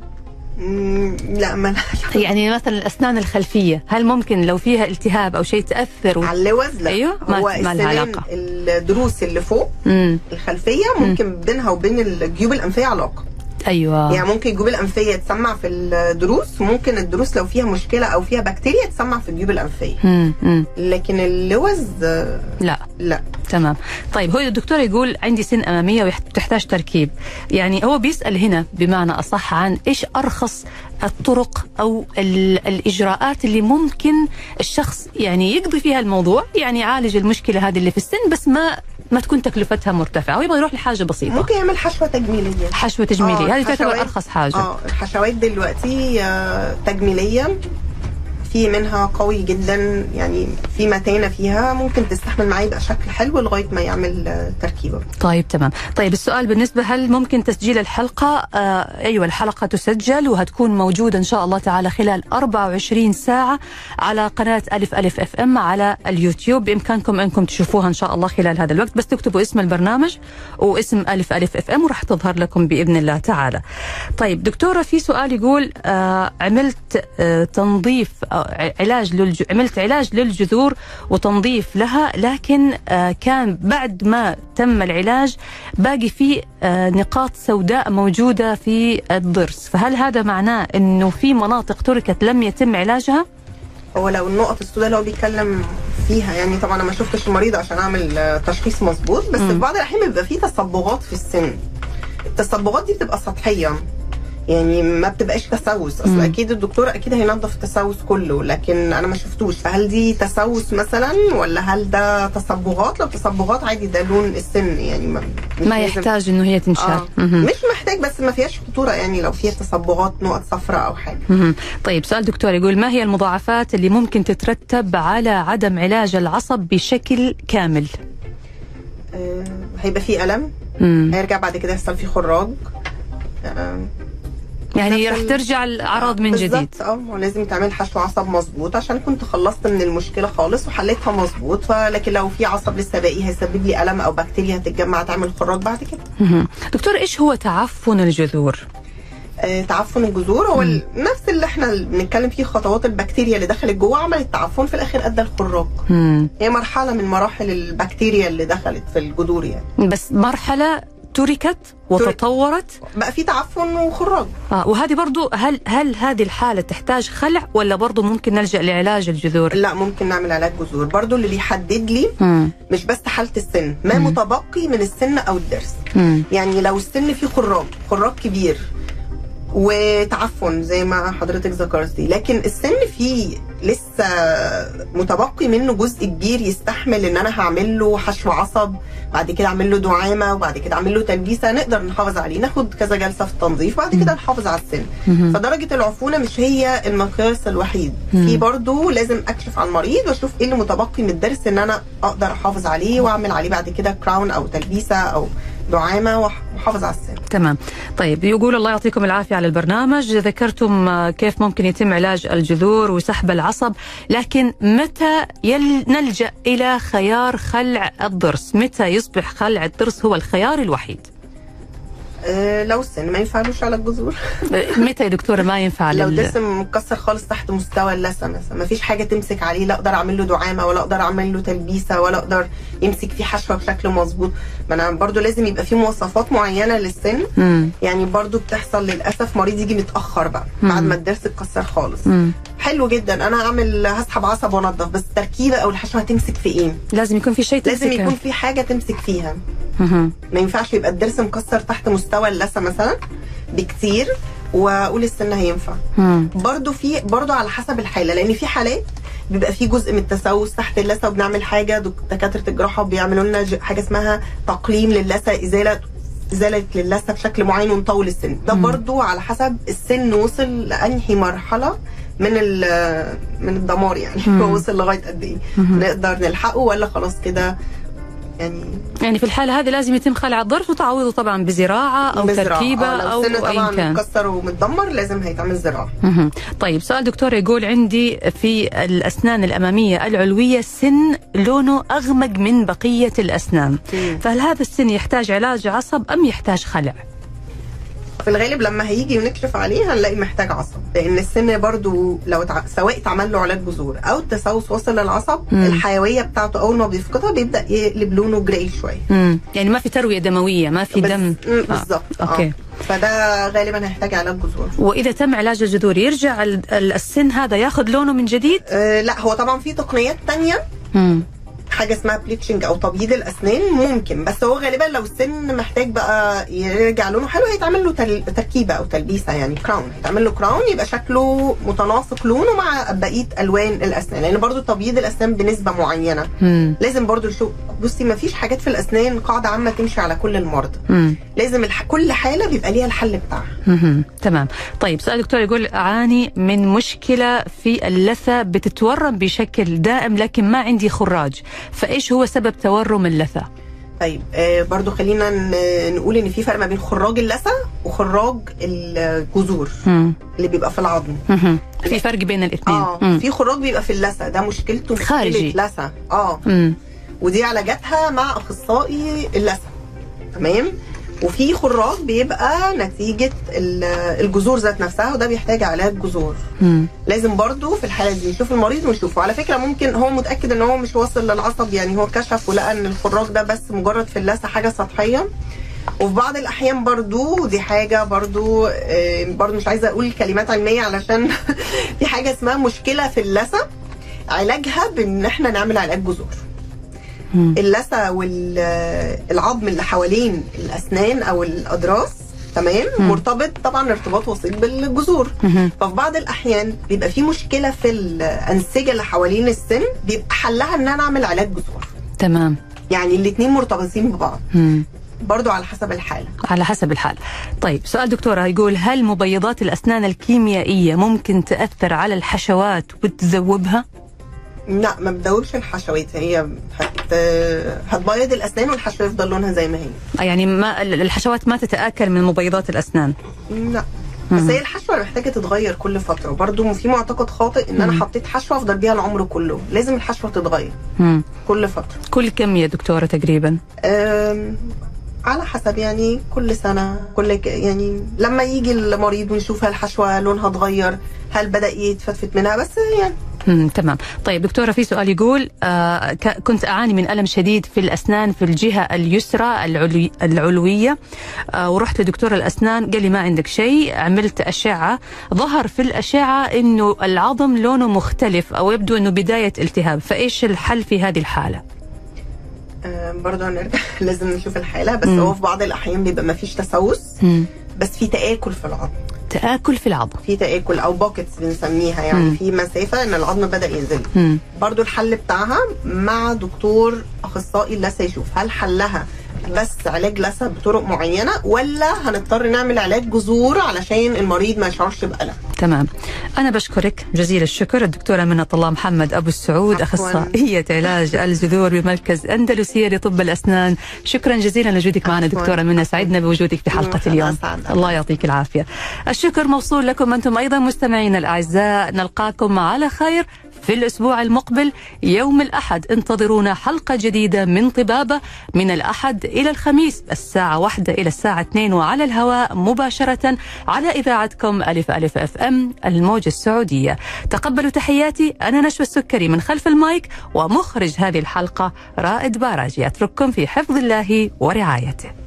لا ما يعني مثلا الأسنان الخلفية هل ممكن لو فيها التهاب أو شيء تأثر على اللوز؟ لا. أيوه ما لها علاقة. الضروس اللي فوق الخلفية ممكن بينها وبين الجيوب الأنفية علاقة. ايوه يعني ممكن الجيوب الانفيه تسمع في الضروس، وممكن الضروس لو فيها مشكله او فيها بكتيريا تسمع في الجيوب الانفيه. لكن اللوز لا. تمام. طيب هو الدكتور يقول عندي سن اماميه وتحتاج تركيب، يعني هو بيسال هنا بمعنى اصح عن ايش ارخص الطرق او الاجراءات اللي ممكن الشخص يعني يقضي فيها الموضوع، يعني يعالج المشكله هذه اللي في السن بس ما تكون تكلفتها مرتفعه، ويبغى يروح لحاجه بسيطه. ممكن يعمل حشوه تجميليه. حشوه تجميليه هذه تعتبر ارخص حاجه. الحشوات دلوقتي تجميليه في منها قوي جدا، يعني في متانه فيها ممكن تستحمل معاه يبقى شكل حلو لغايه ما يعمل تركيبه. طيب تمام. طيب السؤال بالنسبه هل ممكن تسجيل الحلقه؟ ايوه الحلقه تسجل وهتكون موجوده ان شاء الله تعالى خلال 24 ساعه على قناه ألف ألف اف ام على اليوتيوب، بامكانكم انكم تشوفوها ان شاء الله خلال هذا الوقت، بس تكتبوا اسم البرنامج واسم ألف ألف اف ام وراح تظهر لكم باذن الله تعالى. طيب دكتوره في سؤال يقول عملت تنظيف عملت علاج للجذور وتنظيف لها، لكن كان بعد ما تم العلاج باقي فيه نقاط سوداء موجودة في الضرس، فهل هذا معناه انه في مناطق تركت لم يتم علاجها؟ هو لو النقط السوداء اللي هو بيتكلم فيها، يعني طبعا انا ما شفتش المريض عشان اعمل تشخيص مظبوط، بس في بعض الاحيان بيبقى فيه تصبغات في السن. التصبغات دي بتبقى سطحية، يعني ما بتبقاش تسوس، اصل اكيد الدكتور اكيد هينظف التسوس كله، لكن انا ما شفتوش، فهل دي تسوس مثلا ولا هل ده تصبغات؟ لو تصبغات عادي ده لون السن، يعني ما يحتاج انه هي تنشال. مش محتاج، بس ما فيهاش خطوره يعني لو فيها تصبغات نقط صفراء او حاجه. طيب سؤال دكتور يقول ما هي المضاعفات اللي ممكن تترتب على عدم علاج العصب بشكل كامل؟ هيبقى فيه الم، هيرجع بعد كده يحصل فيه خراج، يعني راح ترجع الاعراض من جديد. بالظبط. ولازم تعمل حشو عصب مظبوط عشان كنت خلصت من المشكله خالص وحليتها مظبوط، فلكن لو في عصب لسه باقي هيسبب لي الم او بكتيريا هتتجمع تعمل خراج بعد كده. دكتور ايش هو تعفن الجذور؟ تعفن الجذور هو نفس اللي احنا بنتكلم فيه، خطوات البكتيريا اللي دخلت جوه عملت تعفن في الاخر ادى الخراج. هي مرحله من مراحل البكتيريا اللي دخلت في الجذور يعني. بس مرحله تركت وتطورت بقى في تعفن وخراج. وهذه برضو هل هذه الحالة تحتاج خلع ولا برضو ممكن نلجأ لعلاج الجذور؟ لا، ممكن نعمل علاج جذور برضو. اللي بيحدد لي مش بس حالة السن، ما متبقي من السن أو الضرس. يعني لو السن فيه خراج كبير وتعفن زي ما حضرتك ذكرتي، لكن السن فيه لسه متبقي منه جزء كبير يستحمل ان انا هعمل له حشو عصب، بعد كده اعمل له دعامه، وبعد كده اعمل له تلبيسه، نقدر نحافظ عليه، ناخد كذا جلسه في التنظيف، بعد كده نحافظ على السن. فدرجه العفونه مش هي المقياس الوحيد، في برضه لازم اكشف على المريض واشوف ايه اللي متبقي من الضرس ان انا اقدر احافظ عليه واعمل عليه بعد كده كراون او تلبيسه او دعامه وحافظ على السن. تمام. طيب، يقول الله يعطيكم العافيه على البرنامج، ذكرتم كيف ممكن يتم علاج الجذور وسحب العصب، لكن متى نلجأ الى خيار خلع الضرس؟ متى يصبح خلع الضرس هو الخيار الوحيد؟ لو السن ما ينفعلوش على الجذور. متى يا دكتوره ما ينفع؟ لو الجسم مكسر خالص تحت مستوى اللثه مثلا، ما فيش حاجه تمسك عليه، لا اقدر اعمل له دعامه ولا اقدر اعمل له تلبيسه ولا اقدر يمسك فيه حشوه بشكل مظبوط. ما انا برضو لازم يبقى فيه مواصفات معينه للسن. يعني برضو بتحصل للاسف مريض يجي متاخر بقى بعد ما الضرس اتكسر خالص. حلو جدا، انا هسحب عصب وانضف، بس التركيبه او الحشوه هتمسك في ايه؟ لازم يكون في شيء تمسك، لازم يكون في حاجه تمسك فيها. ما ينفعش يبقى الضرس مكسر تحت مستوى اللثه مثلا بكتير واقول السن هينفع. برضو على حسب الحاله، لان في حالات بيبقى في جزء من التسوس تحت اللثه وبنعمل حاجه، دكاتره الجراحه بيعملوا لنا حاجه اسمها تقليم للثه، ازاله للثه بشكل معين ونطول السن. ده برضو على حسب السن وصل لانهي مرحله من الدمار، يعني هو وصل لغايه قد ايه نقدر نلحقه ولا خلاص كده. يعني في الحالة هذه لازم يتم خلع الضرس وتعويضه طبعا بزراعة أو تركيبة أو أي طبعا كان مكسر ومتدمر لازم هيتعمل زراعة. طيب، سؤال دكتور يقول عندي في الأسنان الأمامية العلوية سن لونه أغمق من بقية الأسنان، فهل هذا السن يحتاج علاج عصب أم يحتاج خلع؟ في الغالب لما هيجي ونكشف عليه هنلاقي محتاج عصب، لان السن برضو لو سواء اتعمل له علاج جذور او التسوس وصل للعصب، الحيويه بتاعته اول ما بيفقدها بيبدا يقلب لونه جراي شويه. يعني ما في ترويه دمويه، ما في دم. بالظبط. اوكي. فده غالبا هيحتاج علاج جذور. واذا تم علاج الجذور يرجع السن هذا ياخذ لونه من جديد؟ لا، هو طبعا في تقنيات تانية، حاجه اسمها بليتشنج او تبييض الاسنان ممكن، بس هو غالبا لو السن محتاج بقى يرجع لونه حلو هيتعمل له تركيبه او تلبيسه، يعني كراون، هيتعمل له كراون يبقى شكله متناسق لونه مع بقيه الوان الاسنان، لان برضو تبييض الاسنان بنسبه معينه. لازم برضو بصي ما فيش حاجات في الاسنان قاعده عامه تمشي على كل المرضى. لازم كل حاله بيبقى ليها الحل بتاعها. تمام. طيب، سؤال دكتور يقول اعاني من مشكله في اللثه بتتورم بشكل دائم لكن ما عندي خراج، فايش هو سبب تورم اللثه؟ طيب، برضو خلينا نقول ان في فرق ما بين خراج اللثه وخراج الجذور اللي بيبقى في العظم. في فرق بين الاثنين. في خراج بيبقى في اللثه، ده مشكلته خارجي لثه. ودي علاجاتها مع اخصائي اللثه. تمام. وفي خراج بيبقى نتيجة الجذور ذات نفسها، وده بيحتاج علاج جذور. لازم برضو في الحالة دي نشوف المريض ونشوفه. على فكرة ممكن هو متأكد ان هو مش واصل للعصب، يعني هو كشف ولقى ان الخراج ده بس مجرد في اللثة حاجة سطحية. وفي بعض الأحيان برضو دي حاجة برضو مش عايزة أقول كلمات علمية علشان في حاجة اسمها مشكلة في اللثة علاجها بان احنا نعمل علاج جذور. اللثه والعظم اللي حوالين الاسنان او الاضراس، تمام، مرتبط طبعا ارتباط وثيق بالجذور. ففي بعض الاحيان بيبقى في مشكله في الانسجه اللي حوالين السن، بيبقى حلها ان انا اعمل علاج جذور. تمام. يعني الاثنين مرتبطين ببعض. برضو على حسب الحاله. على حسب الحاله. طيب، سؤال دكتوره يقول هل مبيضات الاسنان الكيميائيه ممكن تاثر على الحشوات وتذوبها؟ لا، ما بتذوبش الحشوات، هي هتبيض الاسنان والحشوه يفضل لونها زي ما هي. يعني ما الحشوات ما تتاكل من مبيضات الاسنان؟ لا، بس هي الحشوه محتاجه تتغير كل فتره. برضو في معتقد خاطئ ان انا حطيت حشوه افضل بيها العمر كله، لازم الحشوه تتغير كل فتره. كل كم يا دكتوره تقريبا؟ على حسب، يعني كل سنه، يعني لما يجي المريض ونشوف هل الحشوه لونها اتغير، هل بدا يتفتفت منها، بس يعني تمام. طيب دكتورة، في سؤال يقول كنت أعاني من ألم شديد في الأسنان في الجهة اليسرى العلوية، ورحت لدكتور الأسنان قال لي ما عندك شيء. عملت أشعة، ظهر في الأشعة إنه العظم لونه مختلف أو يبدو إنه بداية التهاب، فإيش الحل في هذه الحالة؟ برضه هنرجع لازم نشوف الحالة، بس هو في بعض الأحيان بيبقى ما فيش تسوس، بس في تآكل في العظم. تآكل في العظم، في تآكل أو بوكيتس بنسميها، يعني في مسافة إن العظم بدأ ينزل. برضو الحل بتاعها مع دكتور أخصائي اللثة يشوف هل حلها بس علاج لثة بطرق معينة، ولا هنضطر نعمل علاج جذور علشان المريض ما يشعرش بألم. تمام. أنا بشكرك جزيل الشكر الدكتورة منة الله محمد أبو السعود، أخصائية علاج الجذور بمركز أندلسية لطب الأسنان. شكرا جزيلا لوجودك معنا دكتورة منة، سعدنا بوجودك في حلقة اليوم. الله يعطيك العافية. الشكر موصول لكم أنتم أيضا مستمعين الأعزاء، نلقاكم على خير في الأسبوع المقبل يوم الأحد. انتظرونا حلقة جديدة من طبابة من الأحد إلى الخميس الساعة 1 إلى الساعة 2 وعلى الهواء مباشرة على إذاعتكم ألف ألف أف أم الموجة السعودية. تقبلوا تحياتي، أنا نشوى السكري من خلف المايك، ومخرج هذه الحلقة رائد باراجي. أترككم في حفظ الله ورعايته.